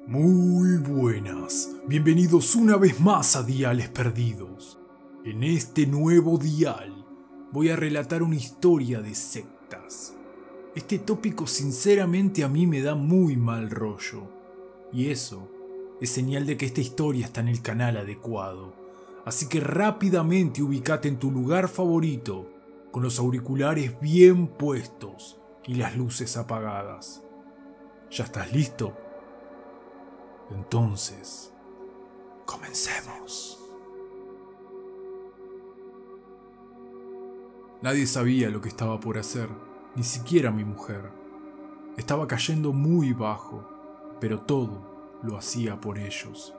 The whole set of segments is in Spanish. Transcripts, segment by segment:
Muy buenas, bienvenidos una vez más a Diales Perdidos. En este nuevo dial voy a relatar una historia de sectas. Este tópico sinceramente a mí me da muy mal rollo, y eso es señal de que esta historia está en el canal adecuado. Así que rápidamente ubicate en tu lugar favorito, con los auriculares bien puestos y las luces apagadas. ¿Ya estás listo? Entonces, comencemos. Nadie sabía lo que estaba por hacer, ni siquiera mi mujer. Estaba cayendo muy bajo, pero todo lo hacía por ellos.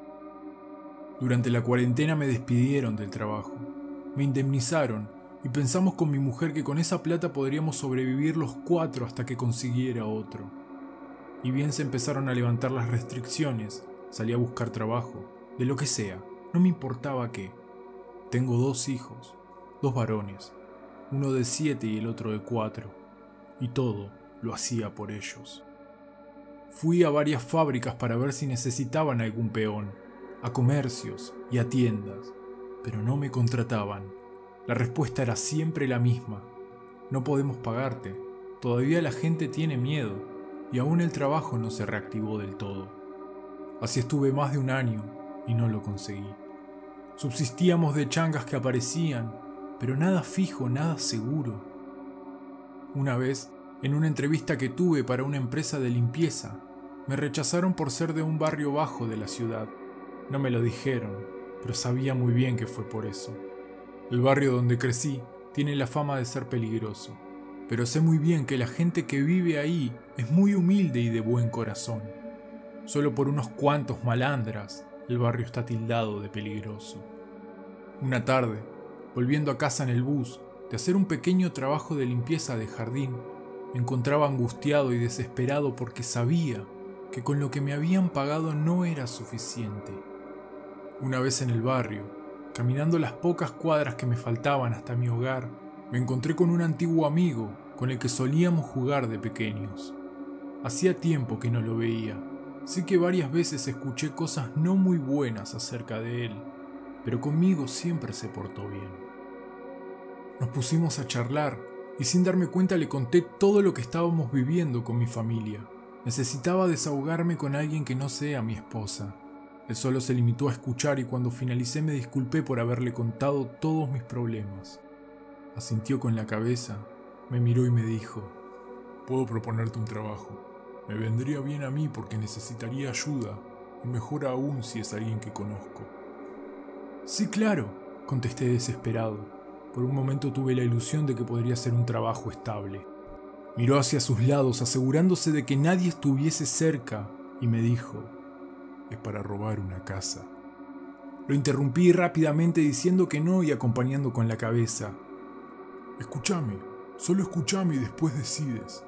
Durante la cuarentena me despidieron del trabajo, me indemnizaron y pensamos con mi mujer que con esa plata podríamos sobrevivir los 4 hasta que consiguiera otro. Y bien se empezaron a levantar las restricciones, salí a buscar trabajo, de lo que sea, no me importaba qué. Tengo 2 hijos, 2 varones, uno de 7 y el otro de 4, y todo lo hacía por ellos. Fui a varias fábricas para ver si necesitaban algún peón, a comercios y a tiendas, pero no me contrataban. La respuesta era siempre la misma: no podemos pagarte, todavía la gente tiene miedo. Y aún el trabajo no se reactivó del todo. Así estuve más de un año y no lo conseguí. Subsistíamos de changas que aparecían, pero nada fijo, nada seguro. Una vez, en una entrevista que tuve para una empresa de limpieza, me rechazaron por ser de un barrio bajo de la ciudad. No me lo dijeron, pero sabía muy bien que fue por eso. El barrio donde crecí tiene la fama de ser peligroso, pero sé muy bien que la gente que vive ahí es muy humilde y de buen corazón. Solo por unos cuantos malandras, el barrio está tildado de peligroso. Una tarde, volviendo a casa en el bus, de hacer un pequeño trabajo de limpieza de jardín, me encontraba angustiado y desesperado porque sabía que con lo que me habían pagado no era suficiente. Una vez en el barrio, caminando las pocas cuadras que me faltaban hasta mi hogar, me encontré con un antiguo amigo con el que solíamos jugar de pequeños. Hacía tiempo que no lo veía, sí que varias veces escuché cosas no muy buenas acerca de él, pero conmigo siempre se portó bien. Nos pusimos a charlar y sin darme cuenta le conté todo lo que estábamos viviendo con mi familia. Necesitaba desahogarme con alguien que no sea mi esposa. Él solo se limitó a escuchar y cuando finalicé me disculpé por haberle contado todos mis problemas. Asintió con la cabeza, me miró y me dijo: «Puedo proponerte un trabajo. Me vendría bien a mí porque necesitaría ayuda, y mejor aún si es alguien que conozco». «Sí, claro», contesté desesperado. Por un momento tuve la ilusión de que podría ser un trabajo estable. Miró hacia sus lados, asegurándose de que nadie estuviese cerca, y me dijo: «Es para robar una casa». Lo interrumpí rápidamente diciendo que no y acompañando con la cabeza. «Escúchame, solo escúchame y después decides».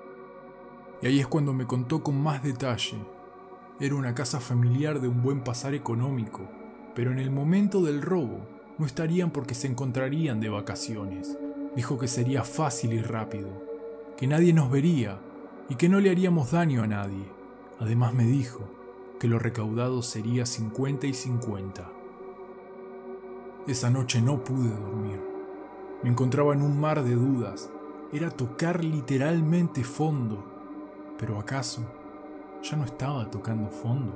Y ahí es cuando me contó con más detalle. Era una casa familiar de un buen pasar económico, pero en el momento del robo no estarían porque se encontrarían de vacaciones. Dijo que sería fácil y rápido, que nadie nos vería y que no le haríamos daño a nadie. Además me dijo que lo recaudado sería 50 y 50. Esa noche no pude dormir. Me encontraba en un mar de dudas. Era tocar literalmente fondo. ¿Pero acaso ya no estaba tocando fondo?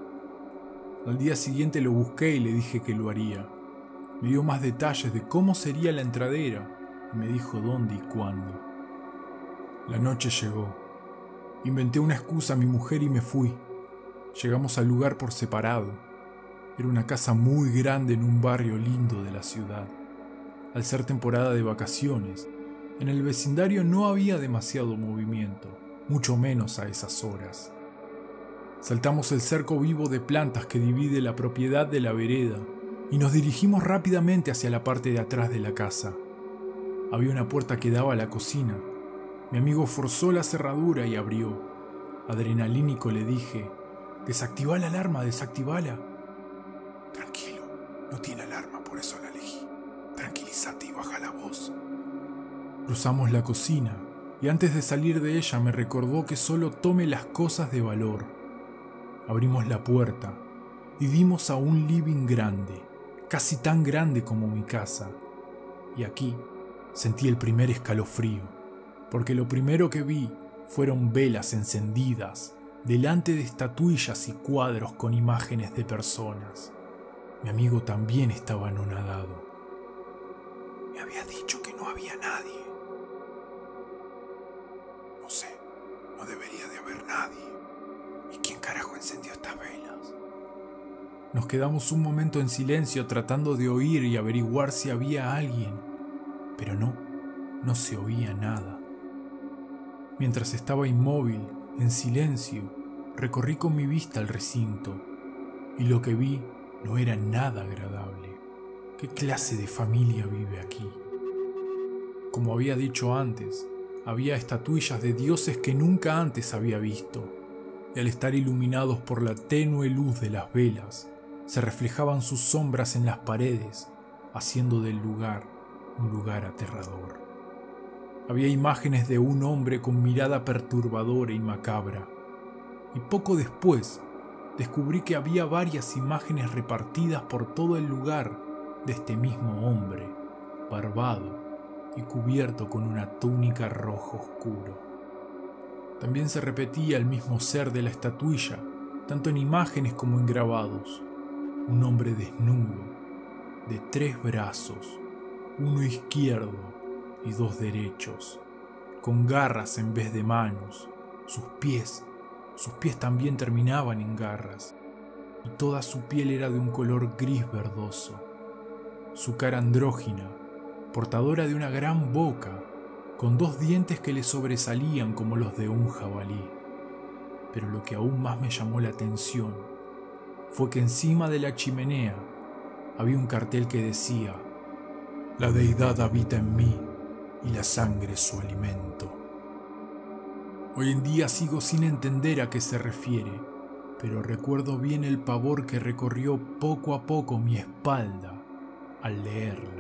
Al día siguiente lo busqué y le dije que lo haría. Me dio más detalles de cómo sería la entradera y me dijo dónde y cuándo. La noche llegó. Inventé una excusa a mi mujer y me fui. Llegamos al lugar por separado. Era una casa muy grande en un barrio lindo de la ciudad. Al ser temporada de vacaciones, en el vecindario no había demasiado movimiento, mucho menos a esas horas. Saltamos el cerco vivo de plantas que divide la propiedad de la vereda y nos dirigimos rápidamente hacia la parte de atrás de la casa. Había una puerta que daba a la cocina. Mi amigo forzó la cerradura y abrió. Adrenalínico le dije: «Desactivá la alarma, desactivala». «Tranquilo, no tiene alarma, por eso la elegí. Tranquilízate y baja la voz». Cruzamos la cocina y antes de salir de ella me recordó que solo tome las cosas de valor. Abrimos la puerta y dimos a un living grande, casi tan grande como mi casa. Y aquí sentí el primer escalofrío, porque lo primero que vi fueron velas encendidas delante de estatuillas y cuadros con imágenes de personas. Mi amigo también estaba anonadado. Me había dicho que no había nadie. No sé, no debería de haber nadie. ¿Y quién carajo encendió estas velas? Nos quedamos un momento en silencio tratando de oír y averiguar si había alguien, pero no se oía nada. Mientras estaba inmóvil, en silencio, recorrí con mi vista el recinto y lo que vi no era nada agradable. ¿Qué clase de familia vive aquí? Como había dicho antes, había estatuillas de dioses que nunca antes había visto, y al estar iluminados por la tenue luz de las velas, se reflejaban sus sombras en las paredes, haciendo del lugar un lugar aterrador. Había imágenes de un hombre con mirada perturbadora y macabra, y poco después descubrí que había varias imágenes repartidas por todo el lugar de este mismo hombre, barbado y cubierto con una túnica rojo oscuro. También se repetía el mismo ser de la estatuilla, tanto en imágenes como en grabados. Un hombre desnudo, de 3 brazos, uno izquierdo y 2 derechos, con garras en vez de manos. Sus pies también terminaban en garras, y toda su piel era de un color gris verdoso. Su cara andrógina, portadora de una gran boca, con 2 dientes que le sobresalían como los de un jabalí. Pero lo que aún más me llamó la atención fue que encima de la chimenea había un cartel que decía: «La deidad habita en mí y la sangre es su alimento». Hoy en día sigo sin entender a qué se refiere, pero recuerdo bien el pavor que recorrió poco a poco mi espalda al leerla.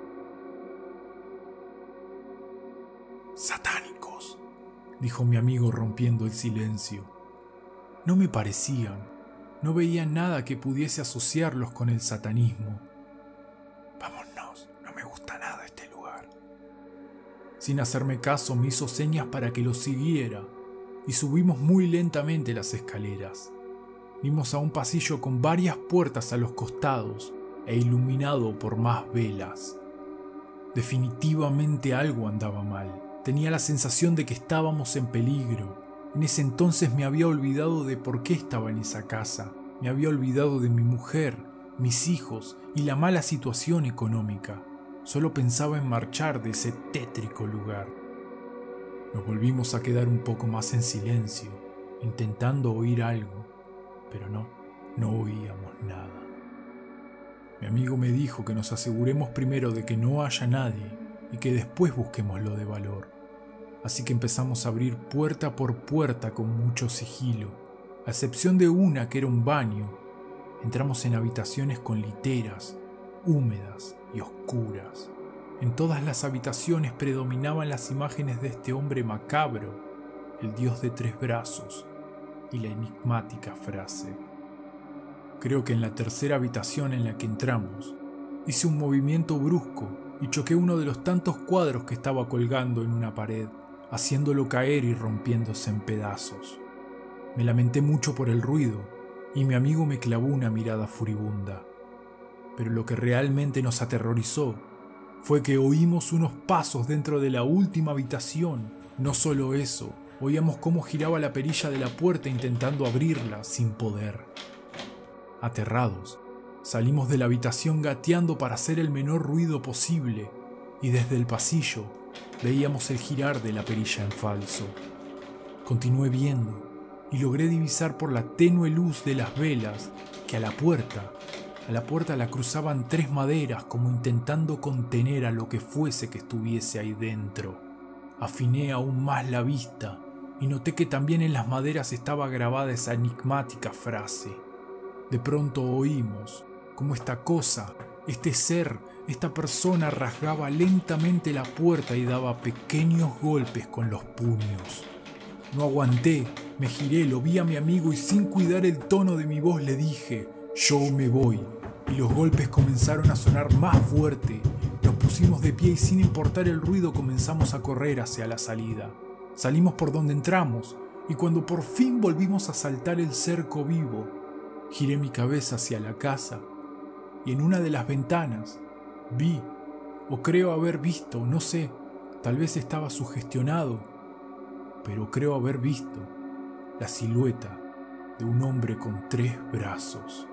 «Satánicos», dijo mi amigo rompiendo el silencio. No me parecían, no veía nada que pudiese asociarlos con el satanismo. «Vámonos, no me gusta nada este lugar». Sin hacerme caso me hizo señas para que lo siguiera y subimos muy lentamente las escaleras. Vimos a un pasillo con varias puertas a los costados e iluminado por más velas. Definitivamente algo andaba mal. Tenía la sensación de que estábamos en peligro. En ese entonces me había olvidado de por qué estaba en esa casa. Me había olvidado de mi mujer, mis hijos y la mala situación económica. Solo pensaba en marchar de ese tétrico lugar. Nos volvimos a quedar un poco más en silencio, intentando oír algo, pero no oíamos nada. Mi amigo me dijo que nos aseguremos primero de que no haya nadie y que después busquemos lo de valor. Así que empezamos a abrir puerta por puerta con mucho sigilo, a excepción de una que era un baño. Entramos en habitaciones con literas, húmedas y oscuras. En todas las habitaciones predominaban las imágenes de este hombre macabro, el dios de 3 brazos, y la enigmática frase. Creo que en la tercera habitación en la que entramos, hice un movimiento brusco y choqué uno de los tantos cuadros que estaba colgando en una pared, haciéndolo caer y rompiéndose en pedazos. Me lamenté mucho por el ruido y mi amigo me clavó una mirada furibunda. Pero lo que realmente nos aterrorizó fue que oímos unos pasos dentro de la última habitación. No solo eso, oíamos cómo giraba la perilla de la puerta intentando abrirla sin poder. Aterrados, salimos de la habitación gateando para hacer el menor ruido posible y desde el pasillo veíamos el girar de la perilla en falso. Continué viendo y logré divisar por la tenue luz de las velas que a la puerta la cruzaban 3 maderas como intentando contener a lo que fuese que estuviese ahí dentro. Afiné aún más la vista y noté que también en las maderas estaba grabada esa enigmática frase. De pronto oímos cómo esta cosa, este ser, esta persona rasgaba lentamente la puerta y daba pequeños golpes con los puños. No aguanté, me giré, lo vi a mi amigo y sin cuidar el tono de mi voz le dije, yo me voy. Y los golpes comenzaron a sonar más fuerte. Nos pusimos de pie y sin importar el ruido comenzamos a correr hacia la salida. Salimos por donde entramos y cuando por fin volvimos a saltar el cerco vivo, giré mi cabeza hacia la casa y en una de las ventanas vi, o creo haber visto, no sé, tal vez estaba sugestionado, pero creo haber visto la silueta de un hombre con 3 brazos.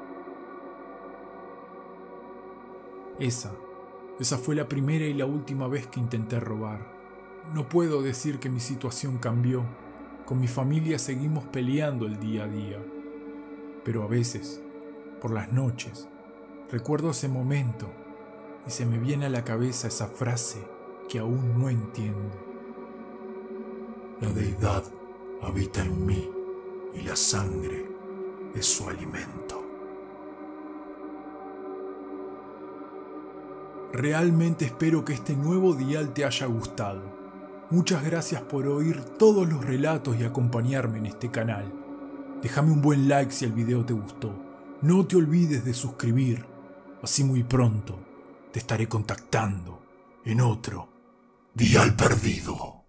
Esa fue la primera y la última vez que intenté robar. No puedo decir que mi situación cambió. Con mi familia seguimos peleando el día a día. Pero a veces, por las noches, recuerdo ese momento y se me viene a la cabeza esa frase que aún no entiendo. La deidad habita en mí y la sangre es su alimento. Realmente espero que este nuevo dial te haya gustado. Muchas gracias por oír todos los relatos y acompañarme en este canal. Déjame un buen like si el video te gustó. No te olvides de suscribir. Así muy pronto te estaré contactando en otro Dial perdido.